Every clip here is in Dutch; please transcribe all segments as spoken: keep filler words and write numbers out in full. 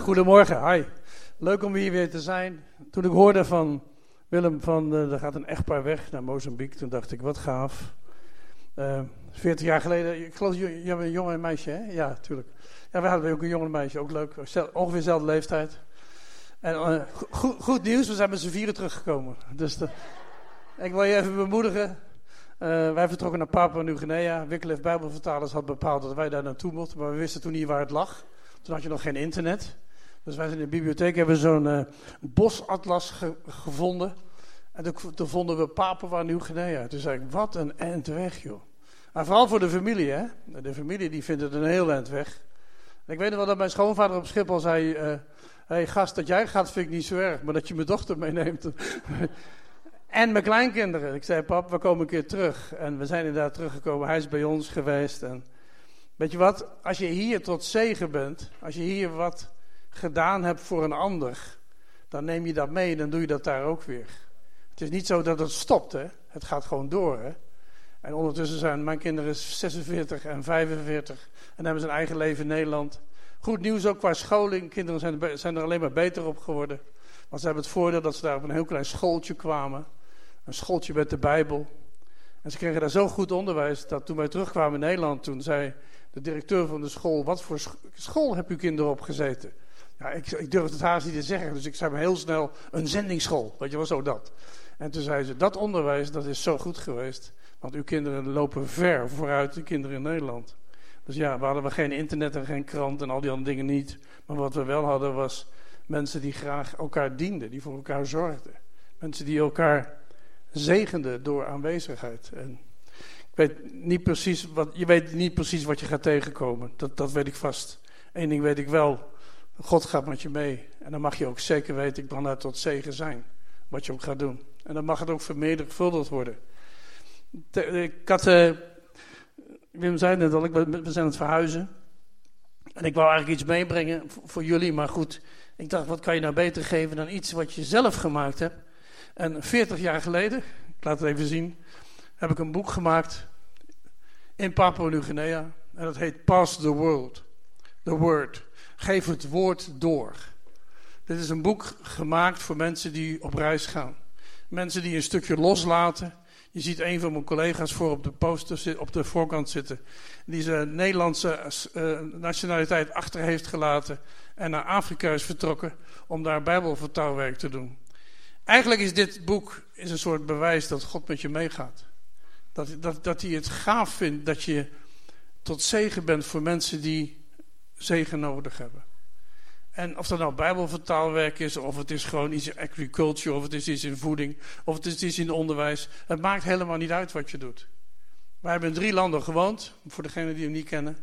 Goedemorgen, hi. Leuk om hier weer te zijn. Toen ik hoorde van Willem van, uh, er gaat een echtpaar weg naar Mozambique, toen dacht ik, wat gaaf. Uh, veertig jaar geleden, ik geloof, je, je hebt een jongen en een meisje, hè? Ja, tuurlijk. Ja, wij hadden ook een jongen en een meisje, ook leuk. Ongeveer dezelfde leeftijd. En uh, go- goed nieuws, we zijn met z'n vieren teruggekomen. Dus de, ik wil je even bemoedigen. Uh, wij vertrokken naar Papua Nieuw-Guinea. Wycliffe Bijbelvertalers had bepaald dat wij daar naartoe mochten, maar we wisten toen niet waar het lag. Toen had je nog geen internet. Dus wij zijn in de bibliotheek, hebben zo'n uh, bosatlas ge- gevonden. En toen, toen vonden we Papua Nieuw-Guinea. Toen zei ik, wat een eind weg, joh. Maar vooral voor de familie, hè. De familie die vindt het een heel eind weg. En ik weet nog wel dat mijn schoonvader op Schiphol zei, hé uh, hey, gast, dat jij gaat vind ik niet zo erg, maar dat je mijn dochter meeneemt. En mijn kleinkinderen. Ik zei, pap, we komen een keer terug. En we zijn inderdaad teruggekomen, hij is bij ons geweest. En weet je wat, als je hier tot zegen bent, als je hier wat gedaan hebt voor een ander, dan neem je dat mee en dan doe je dat daar ook weer. Het is niet zo dat het stopt, hè. Het gaat gewoon door, hè. En ondertussen zijn mijn kinderen zesenveertig en vijfenveertig en hebben ze een eigen leven in Nederland. Goed nieuws ook qua scholing. Kinderen zijn er, zijn er alleen maar beter op geworden. Want ze hebben het voordeel dat ze daar op een heel klein schooltje kwamen. Een schooltje met de Bijbel. En ze kregen daar zo goed onderwijs dat toen wij terugkwamen in Nederland, toen zei de directeur van de school, wat voor school heb uw kinderen op gezeten? Ja, ik, ik durfde het haast niet te zeggen, dus ik zei me heel snel, een zendingsschool, weet je wel, zo dat. En toen zei ze, dat onderwijs, dat is zo goed geweest, want uw kinderen lopen ver vooruit de kinderen in Nederland. Dus ja, we hadden we geen internet en geen krant en al die andere dingen niet. Maar wat we wel hadden was mensen die graag elkaar dienden, die voor elkaar zorgden. Mensen die elkaar zegenden door aanwezigheid. En ik weet niet precies wat, je weet niet precies wat je gaat tegenkomen, dat, dat weet ik vast. Eén ding weet ik wel, God gaat met je mee. En dan mag je ook zeker weten, ik kan daar tot zegen zijn. Wat je ook gaat doen. En dan mag het ook vermenigvuldigd worden. Ik had, uh, Wim zei net al, ik, we zijn aan het verhuizen. En ik wou eigenlijk iets meebrengen voor, voor jullie. Maar goed, ik dacht, wat kan je nou beter geven dan iets wat je zelf gemaakt hebt. En veertig jaar geleden, ik laat het even zien, heb ik een boek gemaakt in Papua Nieuw-Guinea. En dat heet Pass the World. The Word. Geef het woord door. Dit is een boek gemaakt voor mensen die op reis gaan. Mensen die een stukje loslaten. Je ziet een van mijn collega's voor op de poster, op de voorkant zitten. Die zijn Nederlandse uh, nationaliteit achter heeft gelaten. En naar Afrika is vertrokken om daar bijbelvertaalwerk te doen. Eigenlijk is dit boek is een soort bewijs dat God met je meegaat. Dat, dat, dat hij het gaaf vindt dat je tot zegen bent voor mensen die zegen nodig hebben. En of dat nou bijbelvertaalwerk is, of het is gewoon iets in agriculture, of het is iets in voeding, of het is iets in onderwijs. Het maakt helemaal niet uit wat je doet. Wij hebben in drie landen gewoond, voor degenen die hem niet kennen.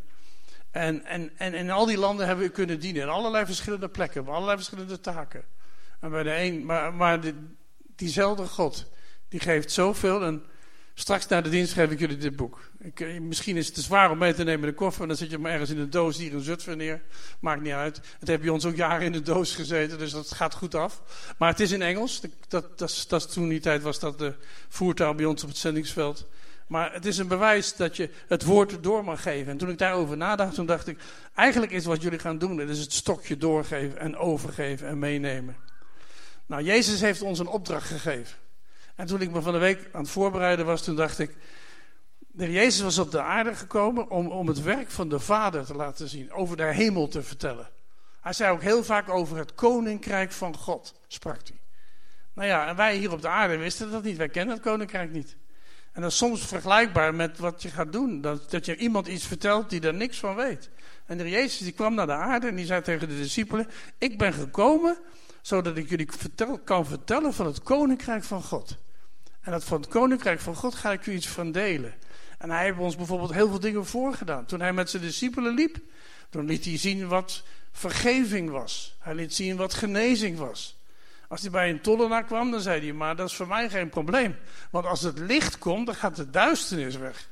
En, en, en in al die landen hebben we kunnen dienen. In allerlei verschillende plekken, op allerlei verschillende taken. En bij de een, maar, maar de, diezelfde God, die geeft zoveel. En straks na de dienst geef ik jullie dit boek. Ik, misschien is het te zwaar om mee te nemen in de koffer. En dan zit je maar ergens in een doos hier in Zutphen neer. Maakt niet uit. Het heeft bij ons ook jaren in de doos gezeten. Dus dat gaat goed af. Maar het is in Engels. Dat, dat, dat, toen die tijd was dat de voertaal bij ons op het zendingsveld. Maar het is een bewijs dat je het woord door mag geven. En toen ik daarover nadacht, toen dacht ik, eigenlijk is wat jullie gaan doen, dat is het stokje doorgeven en overgeven en meenemen. Nou, Jezus heeft ons een opdracht gegeven. En toen ik me van de week aan het voorbereiden was, toen dacht ik, de Heer Jezus was op de aarde gekomen om, om het werk van de Vader te laten zien, over de hemel te vertellen. Hij zei ook heel vaak over het koninkrijk van God, sprak hij. Nou ja, en wij hier op de aarde wisten dat niet, wij kennen het koninkrijk niet. En dat is soms vergelijkbaar met wat je gaat doen, dat, dat je iemand iets vertelt die er niks van weet. En de Heer Jezus die kwam naar de aarde en die zei tegen de discipelen, ik ben gekomen zodat ik jullie vertel, kan vertellen van het koninkrijk van God. En dat van het koninkrijk van God ga ik u iets van delen. En hij heeft ons bijvoorbeeld heel veel dingen voorgedaan. Toen hij met zijn discipelen liep, toen liet hij zien wat vergeving was. Hij liet zien wat genezing was. Als hij bij een tollenaar kwam, dan zei hij, maar dat is voor mij geen probleem. Want als het licht komt, dan gaat de duisternis weg.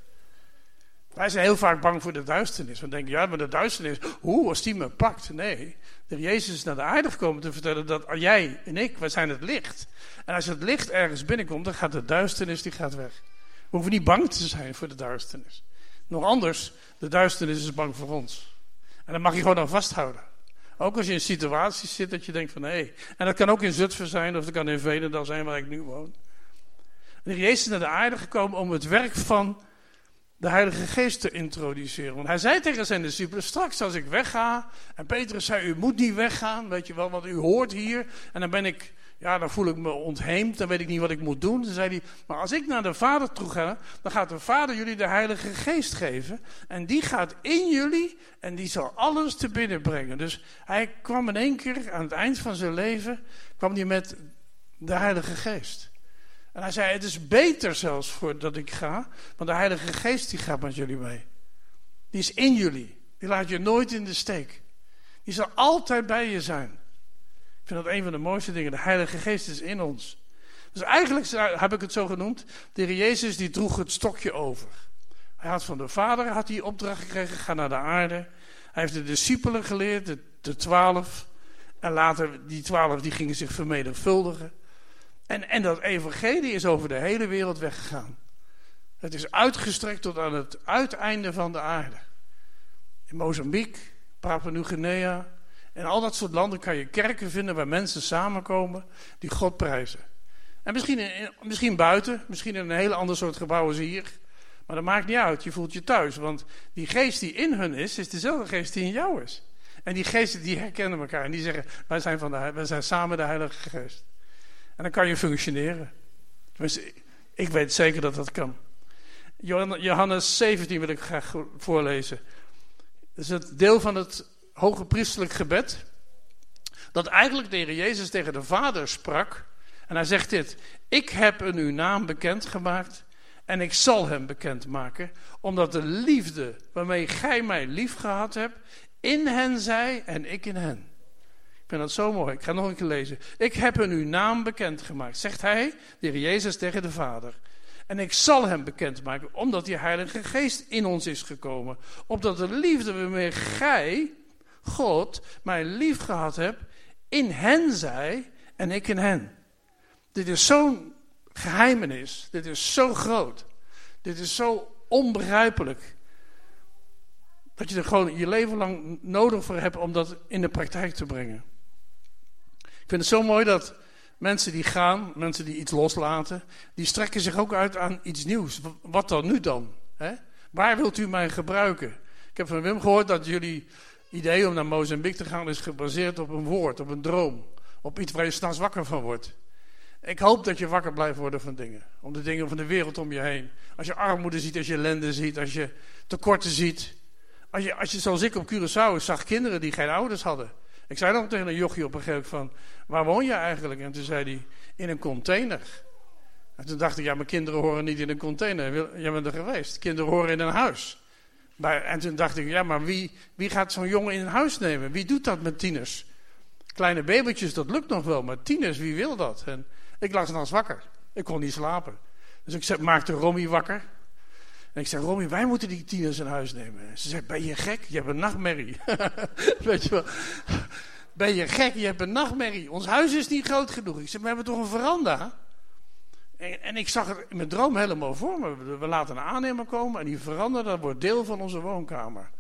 Wij zijn heel vaak bang voor de duisternis. We denken, ja, maar de duisternis, hoe als die me pakt? Nee, de Jezus is naar de aarde gekomen te vertellen dat jij en ik, wij zijn het licht. En als het licht ergens binnenkomt, dan gaat de duisternis, die gaat weg. We hoeven niet bang te zijn voor de duisternis. Nog anders, de duisternis is bang voor ons. En dan mag je gewoon aan vasthouden. Ook als je in situaties zit dat je denkt van hé. Hey. En dat kan ook in Zutphen zijn of dat kan in Veenendaal zijn waar ik nu woon. En Jezus is naar de aarde gekomen om het werk van de Heilige Geest te introduceren. Want hij zei tegen zijn discipelen, straks als ik wegga, en Petrus zei, u moet niet weggaan, weet je wel, want u hoort hier. En dan ben ik, ja, dan voel ik me ontheemd, dan weet ik niet wat ik moet doen. Toen zei hij, maar als ik naar de Vader toe ga, dan gaat de Vader jullie de Heilige Geest geven. En die gaat in jullie en die zal alles te binnen brengen. Dus hij kwam in één keer, aan het eind van zijn leven, kwam hij met de Heilige Geest. En hij zei, het is beter zelfs voordat ik ga, want de Heilige Geest die gaat met jullie mee. Die is in jullie. Die laat je nooit in de steek. Die zal altijd bij je zijn. Ik vind dat een van de mooiste dingen. De Heilige Geest is in ons. Dus eigenlijk heb ik het zo genoemd, de Heer Jezus die droeg het stokje over. Hij had van de Vader had hij opdracht gekregen, ga naar de aarde. Hij heeft de discipelen geleerd, de, de twaalf. En later, die twaalf die gingen zich vermenigvuldigen. En, en dat evangelie is over de hele wereld weggegaan. Het is uitgestrekt tot aan het uiteinde van de aarde. In Mozambique, Papua Nieuw-Guinea en al dat soort landen kan je kerken vinden waar mensen samenkomen die God prijzen. En misschien, in, misschien buiten, misschien in een hele ander soort gebouw als hier. Maar dat maakt niet uit, je voelt je thuis. Want die geest die in hun is, is dezelfde geest die in jou is. En die geesten die herkennen elkaar en die zeggen, wij zijn, van de, wij zijn samen de Heilige Geest. En dan kan je functioneren. Tenminste, ik weet zeker dat dat kan. Johannes zeventien wil ik graag voorlezen. Dat is het deel van het hoge priesterlijk gebed. Dat eigenlijk de Heer Jezus tegen de Vader sprak. En hij zegt dit. Ik heb een uw naam bekendgemaakt. En ik zal hem bekendmaken. Omdat de liefde waarmee gij mij lief gehad hebt. In hen zij en ik in hen. Ik vind dat zo mooi. Ik ga nog een keer lezen. Ik heb hun uw naam bekendgemaakt, zegt hij, de Heer Jezus tegen de Vader. En ik zal hem bekendmaken, omdat die Heilige Geest in ons is gekomen. Opdat de liefde waarmee gij, God, mij lief gehad hebt, in hen zij en ik in hen. Dit is zo'n geheimenis. Dit is zo groot. Dit is zo onbegrijpelijk. Dat je er gewoon je leven lang nodig voor hebt om dat in de praktijk te brengen. Ik vind het zo mooi dat mensen die gaan, mensen die iets loslaten, die strekken zich ook uit aan iets nieuws. Wat dan nu dan? Hè? Waar wilt u mij gebruiken? Ik heb van Wim gehoord dat jullie idee om naar Mozambique te gaan is gebaseerd op een woord, op een droom. Op iets waar je 's nachts wakker van wordt. Ik hoop dat je wakker blijft worden van dingen. Om de dingen van de wereld om je heen. Als je armoede ziet, als je ellende ziet, als je tekorten ziet. Als je, als je zoals ik op Curaçao zag kinderen die geen ouders hadden. Ik zei nog tegen een jochie op een gegeven moment van, waar woon je eigenlijk? En toen zei hij, in een container. En toen dacht ik, ja, maar kinderen horen niet in een container. Jij bent er geweest. Kinderen horen in een huis. Maar, en toen dacht ik, ja, maar wie, wie gaat zo'n jongen in een huis nemen? Wie doet dat met tieners? Kleine babytjes, dat lukt nog wel, maar tieners, wie wil dat? En ik lag 's nachts wakker. Ik kon niet slapen. Dus ik zei, maakte Romy wakker. En ik zei, Romy, wij moeten die tieners in huis nemen. Ze zei, ben je gek? Je hebt een nachtmerrie. Weet je wel? Ben je gek? Je hebt een nachtmerrie. Ons huis is niet groot genoeg. Ik zei, we hebben toch een veranda? En, en ik zag het in mijn droom helemaal voor me. We laten een aannemer komen en die veranda, dat wordt deel van onze woonkamer.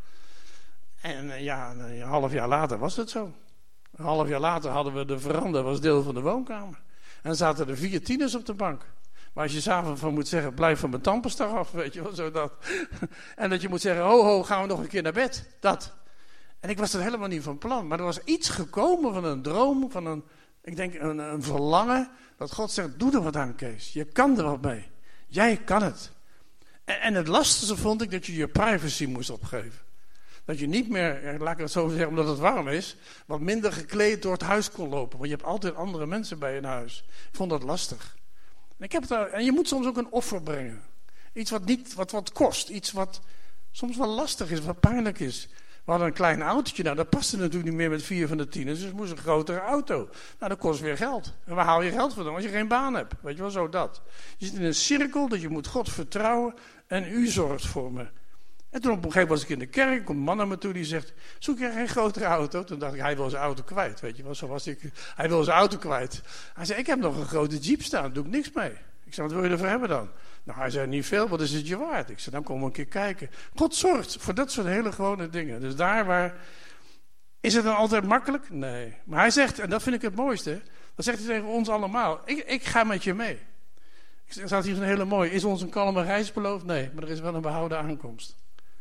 En ja, een half jaar later was het zo. Een half jaar later hadden we de veranda, was deel van de woonkamer. En dan zaten er vier tieners op de bank. Maar als je s'avonds van moet zeggen, blijf van mijn tandpasta af, weet je wel, zo dat. En dat je moet zeggen, ho ho, gaan we nog een keer naar bed, dat. En ik was er helemaal niet van plan. Maar er was iets gekomen van een droom, van een, ik denk een, een verlangen, dat God zegt, doe er wat aan, Kees. Je kan er wat mee. Jij kan het. En, en het lastigste vond ik dat je je privacy moest opgeven. Dat je niet meer, laat ik het zo zeggen omdat het warm is, wat minder gekleed door het huis kon lopen. Want je hebt altijd andere mensen bij je in huis. Ik vond dat lastig. En, ik heb het, en je moet soms ook een offer brengen. Iets wat, niet, wat wat kost. Iets wat soms wel lastig is, wat pijnlijk is. We hadden een klein autootje. Nou, dat paste natuurlijk niet meer met vier van de tieners. Dus het moest een grotere auto. Nou, dat kost weer geld. En waar haal je geld vandaan als je geen baan hebt? Weet je wel, zo dat. Je zit in een cirkel dat je moet God vertrouwen. En u zorgt voor me. En toen op een gegeven moment was ik in de kerk. Komt een man naar me toe die zegt, zoek je geen grotere auto? Toen dacht ik, hij wil zijn auto kwijt. Weet je wel, zo was ik. Hij wil zijn auto kwijt. Hij zei, ik heb nog een grote Jeep staan. Daar doe ik niks mee. Ik zei, wat wil je ervoor hebben dan? Nou, hij zei, niet veel, wat is het je waard? Ik zei, dan kom een keer kijken. God zorgt voor dat soort hele gewone dingen. Dus daar waar Is het dan altijd makkelijk? Nee. Maar hij zegt, en dat vind ik het mooiste, dat zegt hij tegen ons allemaal. Ik, ik ga met je mee. Ik staat hier een hele mooie. Is ons een kalme reis beloofd? Nee, maar er is wel een behouden aankomst.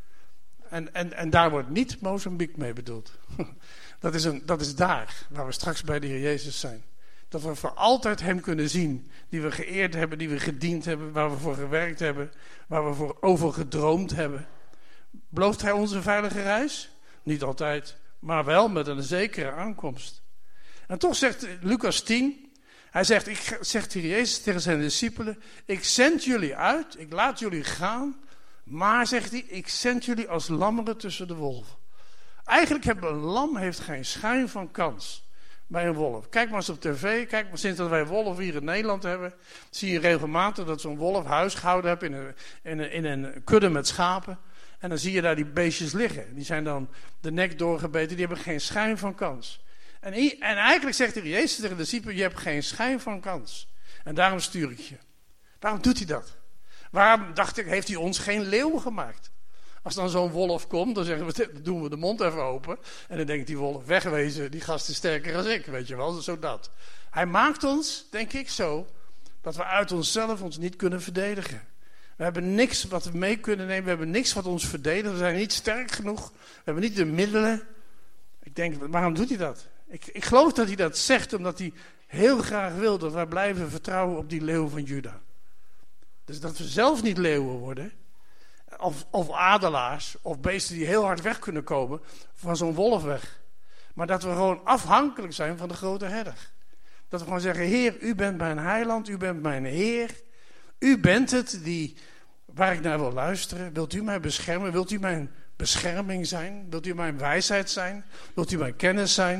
En, en, en daar wordt niet Mozambique mee bedoeld. Dat is, een, dat is daar, waar we straks bij de Heer Jezus zijn. Dat we voor altijd hem kunnen zien. Die we geëerd hebben, die we gediend hebben, waar we voor gewerkt hebben, waar we voor over gedroomd hebben. Belooft hij ons een veilige reis? Niet altijd, maar wel met een zekere aankomst. En toch zegt Lucas tien, hij zegt, ik, zegt hier Jezus tegen zijn discipelen, ik zend jullie uit, ik laat jullie gaan, maar, zegt hij, ik zend jullie als lammeren tussen de wolven. Eigenlijk heeft een lam heeft geen schijn van kans bij een wolf. Kijk maar eens op tv, kijk maar sinds dat wij wolven hier in Nederland hebben, zie je regelmatig dat zo'n wolf huisgehouden heeft in een, in, een, in een kudde met schapen. En dan zie je daar die beestjes liggen. Die zijn dan de nek doorgebeten, die hebben geen schijn van kans. En, en eigenlijk zegt de Jezus tegen de discipelen, je hebt geen schijn van kans. En daarom stuur ik je. Waarom doet hij dat? Waarom, dacht ik, heeft hij ons geen leeuw gemaakt? Als dan zo'n wolf komt, dan zeggen we, dan doen we de mond even open. En dan denkt die wolf, wegwezen, die gast is sterker dan ik, weet je wel, zo dat. Hij maakt ons, denk ik zo, dat we uit onszelf ons niet kunnen verdedigen. We hebben niks wat we mee kunnen nemen, we hebben niks wat ons verdedigt. We zijn niet sterk genoeg, we hebben niet de middelen. Ik denk, waarom doet hij dat? Ik, ik geloof dat hij dat zegt, omdat hij heel graag wil dat wij blijven vertrouwen op die leeuw van Juda. Dus dat we zelf niet leeuwen worden, of, of adelaars, of beesten die heel hard weg kunnen komen van zo'n wolf weg. Maar dat we gewoon afhankelijk zijn van de grote herder. Dat we gewoon zeggen, Heer, u bent mijn heiland, u bent mijn Heer. U bent het die, waar ik naar wil luisteren. Wilt u mij beschermen? Wilt u mijn bescherming zijn? Wilt u mijn wijsheid zijn? Wilt u mijn kennis zijn?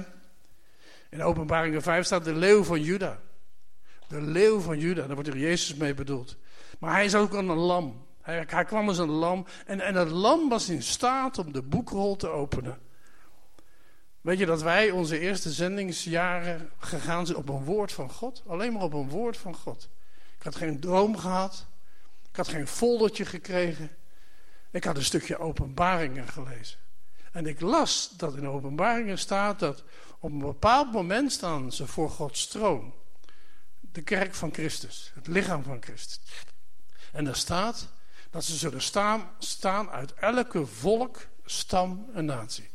In Openbaringen vijf staat de leeuw van Juda. De leeuw van Juda, daar wordt er Jezus mee bedoeld. Maar hij is ook een lam. Hij, hij kwam als een lam. En, en dat lam was in staat om de boekrol te openen. Weet je dat wij onze eerste zendingsjaren gegaan zijn op een woord van God? Alleen maar op een woord van God. Ik had geen droom gehad. Ik had geen foldertje gekregen. Ik had een stukje Openbaringen gelezen. En ik las dat in Openbaringen staat dat op een bepaald moment staan ze voor Gods troon. De kerk van Christus. Het lichaam van Christus. En daar staat dat ze zullen staan, staan uit elke volk, stam en natie.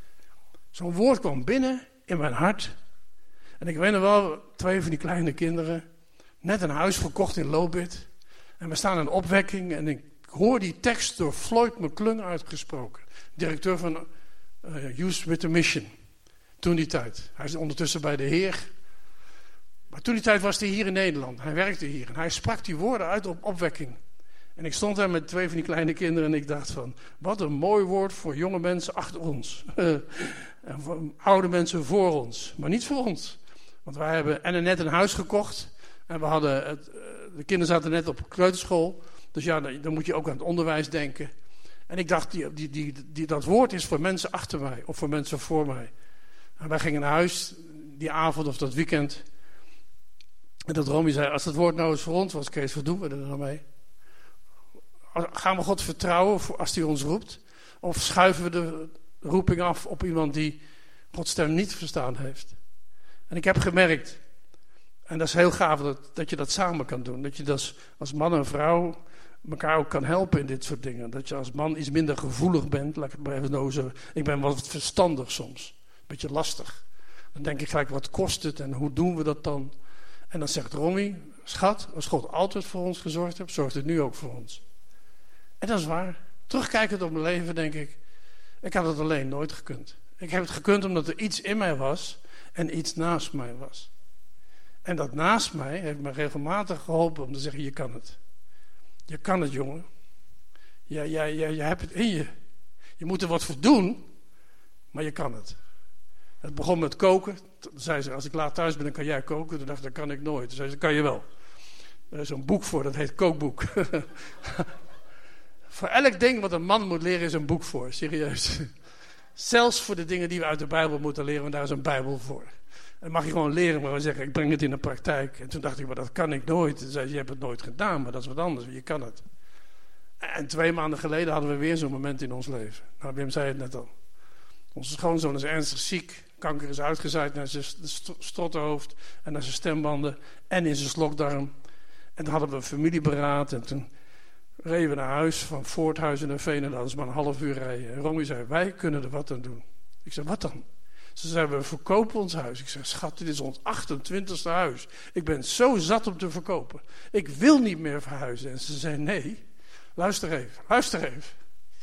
Zo'n woord kwam binnen in mijn hart. En ik weet nog wel, twee van die kleine kinderen. Net een huis verkocht in Lobit. En we staan in opwekking. En ik hoor die tekst door Floyd McClung uitgesproken. Directeur van uh, Youth with a Mission. Toen die tijd. Hij is ondertussen bij de Heer. Maar toen die tijd was hij hier in Nederland. Hij werkte hier. En hij sprak die woorden uit op opwekking. En ik stond daar met twee van die kleine kinderen. En ik dacht van, wat een mooi woord voor jonge mensen achter ons. En voor oude mensen voor ons. Maar niet voor ons. Want wij hebben en net een huis gekocht. En we hadden het, de kinderen zaten net op kleuterschool. Dus ja, dan moet je ook aan het onderwijs denken. En ik dacht, die, die, die, die, dat woord is voor mensen achter mij. Of voor mensen voor mij. En wij gingen naar huis die avond of dat weekend. En dat Romy zei, als het woord nou eens voor ons was, Kees, wat doen we er dan mee? Gaan we God vertrouwen als hij ons roept? Of schuiven we de roeping af op iemand die Gods stem niet verstaan heeft? En ik heb gemerkt, en dat is heel gaaf dat, dat je dat samen kan doen. Dat je dat als man en vrouw elkaar ook kan helpen in dit soort dingen. Dat je als man iets minder gevoelig bent. Laat ik het maar even nou zo. Ik ben wat verstandig soms. Beetje lastig. Dan denk ik gelijk, wat kost het en hoe doen we dat dan? En dan zegt Romy, schat, als God altijd voor ons gezorgd heeft, zorgt het nu ook voor ons. En dat is waar. Terugkijkend op mijn leven denk ik, ik had het alleen nooit gekund. Ik heb het gekund omdat er iets in mij was en iets naast mij was. En dat naast mij heeft me regelmatig geholpen om te zeggen, je kan het. Je kan het, jongen. Ja, ja, ja, je hebt het in je. Je moet er wat voor doen, maar je kan het. Het begon met koken. Toen zei ze, als ik laat thuis ben, dan kan jij koken. Toen dacht ik, dat kan ik nooit. Toen zei ze, dat kan je wel. Er is zo'n boek voor, dat heet Kookboek. Voor elk ding wat een man moet leren is een boek voor, serieus. Zelfs voor de dingen die we uit de Bijbel moeten leren, want daar is een Bijbel voor. Dan mag je gewoon leren, maar we zeggen, ik breng het in de praktijk. En toen dacht ik, maar dat kan ik nooit. Toen zei ze, je hebt het nooit gedaan, maar dat is wat anders, je kan het. En twee maanden geleden hadden we weer zo'n moment in ons leven. Nou, Wim zei het net al. Onze schoonzoon is ernstig ziek. Kanker is uitgezaaid naar zijn strottenhoofd en naar zijn stembanden en in zijn slokdarm. En toen hadden we een familieberaad en toen reden we naar huis van Voorthuizen naar Veenendaal. Dat is maar een half uur rijden. En Romy zei, wij kunnen er wat aan doen. Ik zei, wat dan? Ze zei, we verkopen ons huis. Ik zei, schat, dit is ons achtentwintigste huis. Ik ben zo zat om te verkopen. Ik wil niet meer verhuizen. En ze zei, nee, luister even, luister even.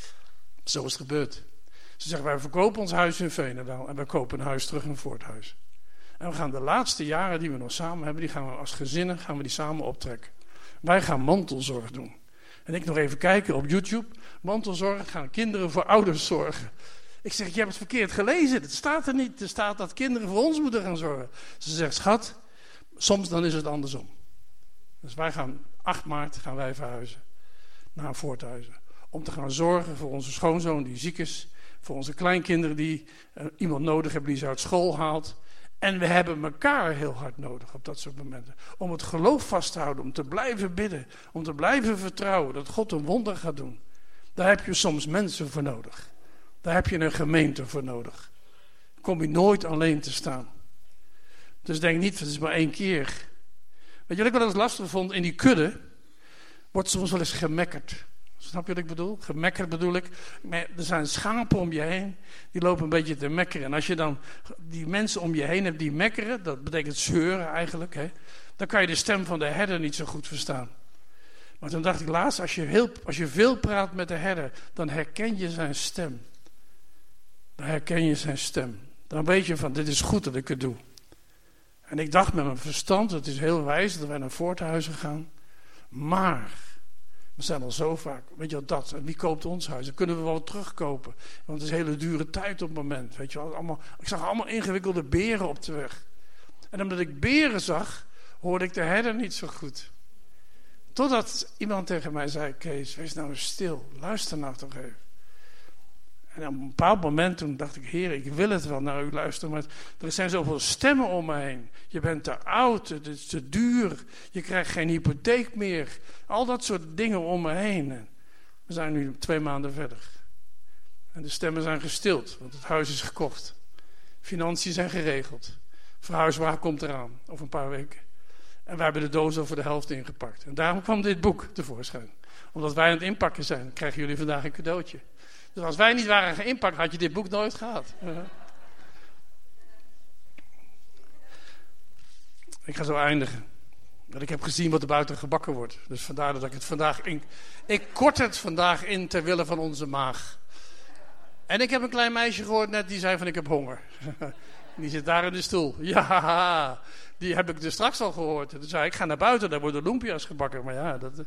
Zo is het gebeurd. Ze zegt, wij verkopen ons huis in Veenendaal en wij kopen een huis terug in Voorthuis. En we gaan de laatste jaren die we nog samen hebben, die gaan we als gezinnen gaan we die samen optrekken. Wij gaan mantelzorg doen. En ik nog even kijken op YouTube. Mantelzorg, gaan kinderen voor ouders zorgen. Ik zeg, je hebt het verkeerd gelezen. Het staat er niet. Er staat dat kinderen voor ons moeten gaan zorgen. Ze zegt, schat, soms dan is het andersom. Dus wij gaan, acht maart gaan wij verhuizen naar Voorthuizen. Om te gaan zorgen voor onze schoonzoon die ziek is. Voor onze kleinkinderen die uh, iemand nodig hebben die ze uit school haalt. En we hebben elkaar heel hard nodig op dat soort momenten. Om het geloof vast te houden, om te blijven bidden. Om te blijven vertrouwen dat God een wonder gaat doen. Daar heb je soms mensen voor nodig. Daar heb je een gemeente voor nodig. Kom je nooit alleen te staan. Dus denk niet, het is maar één keer. Weet je wat ik wel eens lastig vond? In die kudde wordt soms wel eens gemekkerd. Snap je wat ik bedoel? Gemekkerd bedoel ik. Er zijn schapen om je heen. Die lopen een beetje te mekkeren. En als je dan die mensen om je heen hebt die mekkeren. Dat betekent zeuren eigenlijk. Hè, dan kan je de stem van de herder niet zo goed verstaan. Maar toen dacht ik laatst. Als je, heel, als je veel praat met de herder. Dan herken je zijn stem. Dan herken je zijn stem. Dan weet je van dit is goed dat ik het doe. En ik dacht met mijn verstand. Het is heel wijs dat wij naar Voorthuizen gaan. Maar... we zijn al zo vaak, weet je wat dat, en wie koopt ons huis? Dan kunnen we wel terugkopen, want het is een hele dure tijd op het moment. Weet je wel, allemaal, ik zag allemaal ingewikkelde beren op de weg. En omdat ik beren zag, hoorde ik de herder niet zo goed. Totdat iemand tegen mij zei, Kees, wees nou eens stil, luister nou toch even. En op een bepaald moment toen dacht ik, Heer, ik wil het wel naar u luisteren, maar er zijn zoveel stemmen om me heen. Je bent te oud, het is te duur, je krijgt geen hypotheek meer. Al dat soort dingen om me heen. We zijn nu twee maanden verder. En de stemmen zijn gestild, want het huis is gekocht. Financiën zijn geregeld. Verhuiswagen komt eraan, over een paar weken. En wij hebben de doos al voor de helft ingepakt. En daarom kwam dit boek tevoorschijn. Omdat wij aan het inpakken zijn, krijgen jullie vandaag een cadeautje. Dus als wij niet waren geïnpakt, had je dit boek nooit gehad. Uh-huh. Ik ga zo eindigen. Want ik heb gezien wat er buiten gebakken wordt. Dus vandaar dat ik het vandaag in... Ik kort het vandaag in ter wille van onze maag. En ik heb een klein meisje gehoord net die zei van ik heb honger. Die zit daar in de stoel. Ja, die heb ik dus straks al gehoord. Toen zei ik, ik ga naar buiten, daar worden lumpia's gebakken. Maar ja, dat...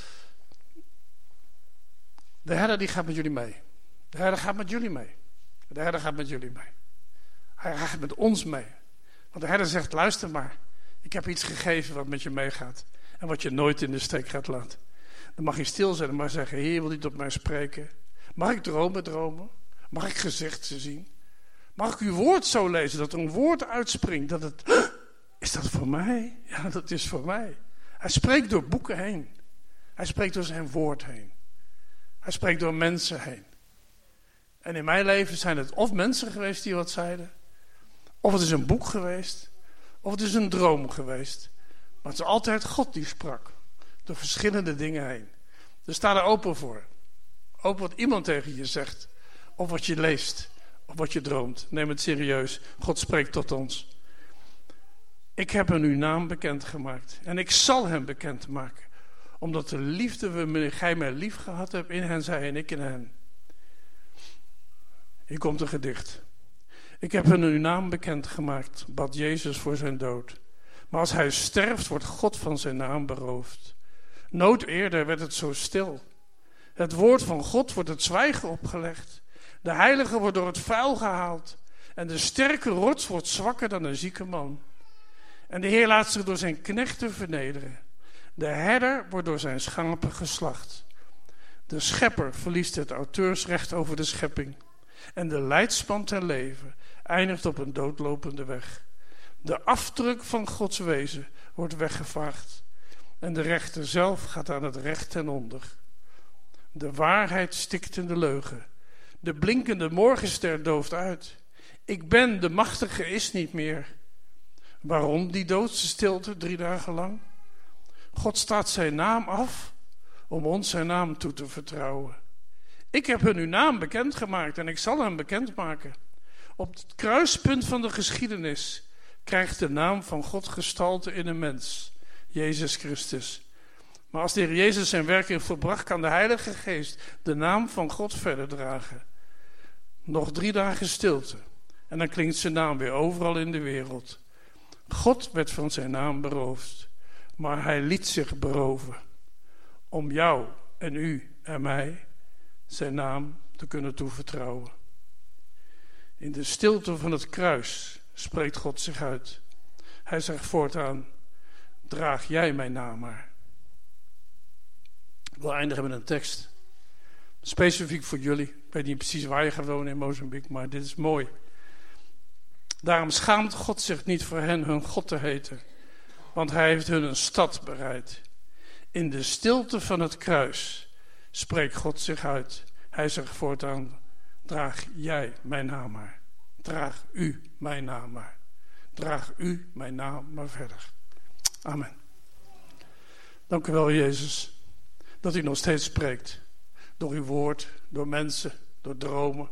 De herder die gaat met jullie mee. De herder gaat met jullie mee. De herder gaat met jullie mee. Hij gaat met ons mee. Want de herder zegt, luister maar. Ik heb iets gegeven wat met je meegaat. En wat je nooit in de steek gaat laten. Dan mag je stil zijn en maar zeggen, Heer, wil je tot mij spreken? Mag ik dromen dromen? Mag ik gezichten zien? Mag ik uw woord zo lezen dat er een woord uitspringt? Dat het, is dat voor mij? Ja, dat is voor mij. Hij spreekt door boeken heen. Hij spreekt door zijn woord heen. Hij spreekt door mensen heen. En in mijn leven zijn het of mensen geweest die wat zeiden. Of het is een boek geweest. Of het is een droom geweest. Maar het is altijd God die sprak. Door verschillende dingen heen. Dus sta er open voor. Open wat iemand tegen je zegt. Of wat je leest. Of wat je droomt. Neem het serieus. God spreekt tot ons. Ik heb hem uw naam bekendgemaakt. En ik zal hem bekendmaken. Omdat de liefde waarmee gij mij lief gehad hebt in hen zij en ik in hen. Hier komt een gedicht. Ik heb hen uw naam bekendgemaakt, bad Jezus voor zijn dood. Maar als hij sterft, wordt God van zijn naam beroofd. Nooit eerder werd het zo stil. Het woord van God wordt het zwijgen opgelegd. De heilige wordt door het vuil gehaald. En de sterke rots wordt zwakker dan een zieke man. En de Heer laat zich door zijn knechten vernederen. De herder wordt door zijn schapen geslacht. De schepper verliest het auteursrecht over de schepping. En de leidsman ten leven eindigt op een doodlopende weg. De afdruk van Gods wezen wordt weggevaagd. En de rechter zelf gaat aan het recht ten onder. De waarheid stikt in de leugen. De blinkende morgenster dooft uit. Ik ben, de machtige is niet meer. Waarom die doodse stilte drie dagen lang? God staat zijn naam af om ons zijn naam toe te vertrouwen. Ik heb hun uw naam bekendgemaakt en ik zal hem bekendmaken. Op het kruispunt van de geschiedenis krijgt de naam van God gestalte in een mens, Jezus Christus. Maar als de Heer Jezus zijn werk heeft volbracht, kan de Heilige Geest de naam van God verder dragen. Nog drie dagen stilte en dan klinkt zijn naam weer overal in de wereld. God werd van zijn naam beroofd, maar hij liet zich beroven om jou en u en mij zijn naam te kunnen toevertrouwen. In de stilte van het kruis spreekt God zich uit. Hij zegt voortaan, draag jij mijn naam maar. Ik wil eindigen met een tekst. Specifiek voor jullie. Ik weet niet precies waar je gaat wonen in Mozambique, maar dit is mooi. Daarom schaamt God zich niet voor hen hun God te heten, want hij heeft hun een stad bereid. In de stilte van het kruis spreekt God zich uit. Hij zegt voortaan, draag jij mijn naam maar. Draag u mijn naam maar. Draag u mijn naam maar verder. Amen. Dank u wel, Jezus, dat u nog steeds spreekt. Door uw woord, door mensen, door dromen.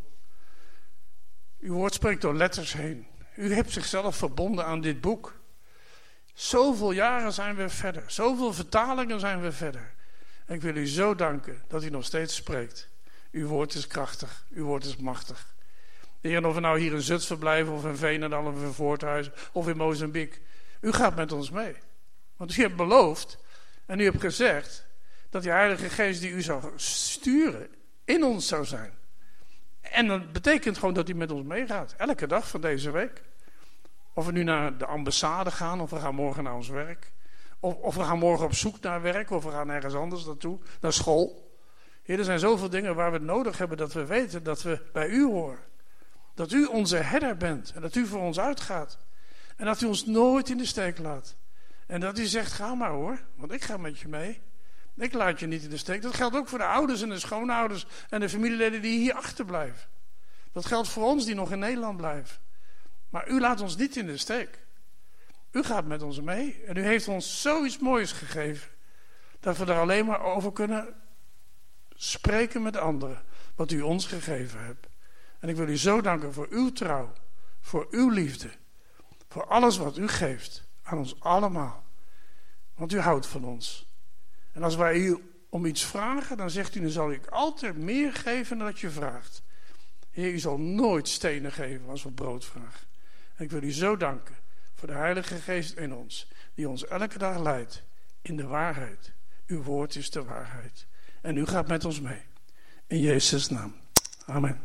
Uw woord spreekt door letters heen. U hebt zichzelf verbonden aan dit boek. Zoveel jaren zijn we verder. Zoveel vertalingen zijn we verder. En ik wil u zo danken dat u nog steeds spreekt. Uw woord is krachtig. Uw woord is machtig. Heer, en of we nou hier in Zutphen blijven, of in Veenendaal, of in Voorthuizen, of in Mozambique. U gaat met ons mee. Want u hebt beloofd, en u hebt gezegd, dat die Heilige Geest die u zou sturen, in ons zou zijn. En dat betekent gewoon dat hij met ons meegaat. Elke dag van deze week. Of we nu naar de ambassade gaan, of we gaan morgen naar ons werk. Of, of we gaan morgen op zoek naar werk, of we gaan ergens anders naartoe, naar school. Heer, er zijn zoveel dingen waar we het nodig hebben dat we weten dat we bij u horen. Dat u onze herder bent en dat u voor ons uitgaat. En dat u ons nooit in de steek laat. En dat u zegt, ga maar hoor, want ik ga met je mee. Ik laat je niet in de steek. Dat geldt ook voor de ouders en de schoonouders en de familieleden die hier achterblijven. Dat geldt voor ons die nog in Nederland blijven. Maar u laat ons niet in de steek. U gaat met ons mee en u heeft ons zoiets moois gegeven, dat we daar alleen maar over kunnen spreken met anderen, wat u ons gegeven hebt. En ik wil u zo danken voor uw trouw, voor uw liefde, voor alles wat u geeft aan ons allemaal. Want u houdt van ons. En als wij u om iets vragen, dan zegt u, dan zal ik altijd meer geven dan dat je vraagt. Heer, u zal nooit stenen geven als we brood vragen. En ik wil u zo danken voor de Heilige Geest in ons, die ons elke dag leidt in de waarheid. Uw woord is de waarheid. En u gaat met ons mee. In Jezus' naam. Amen.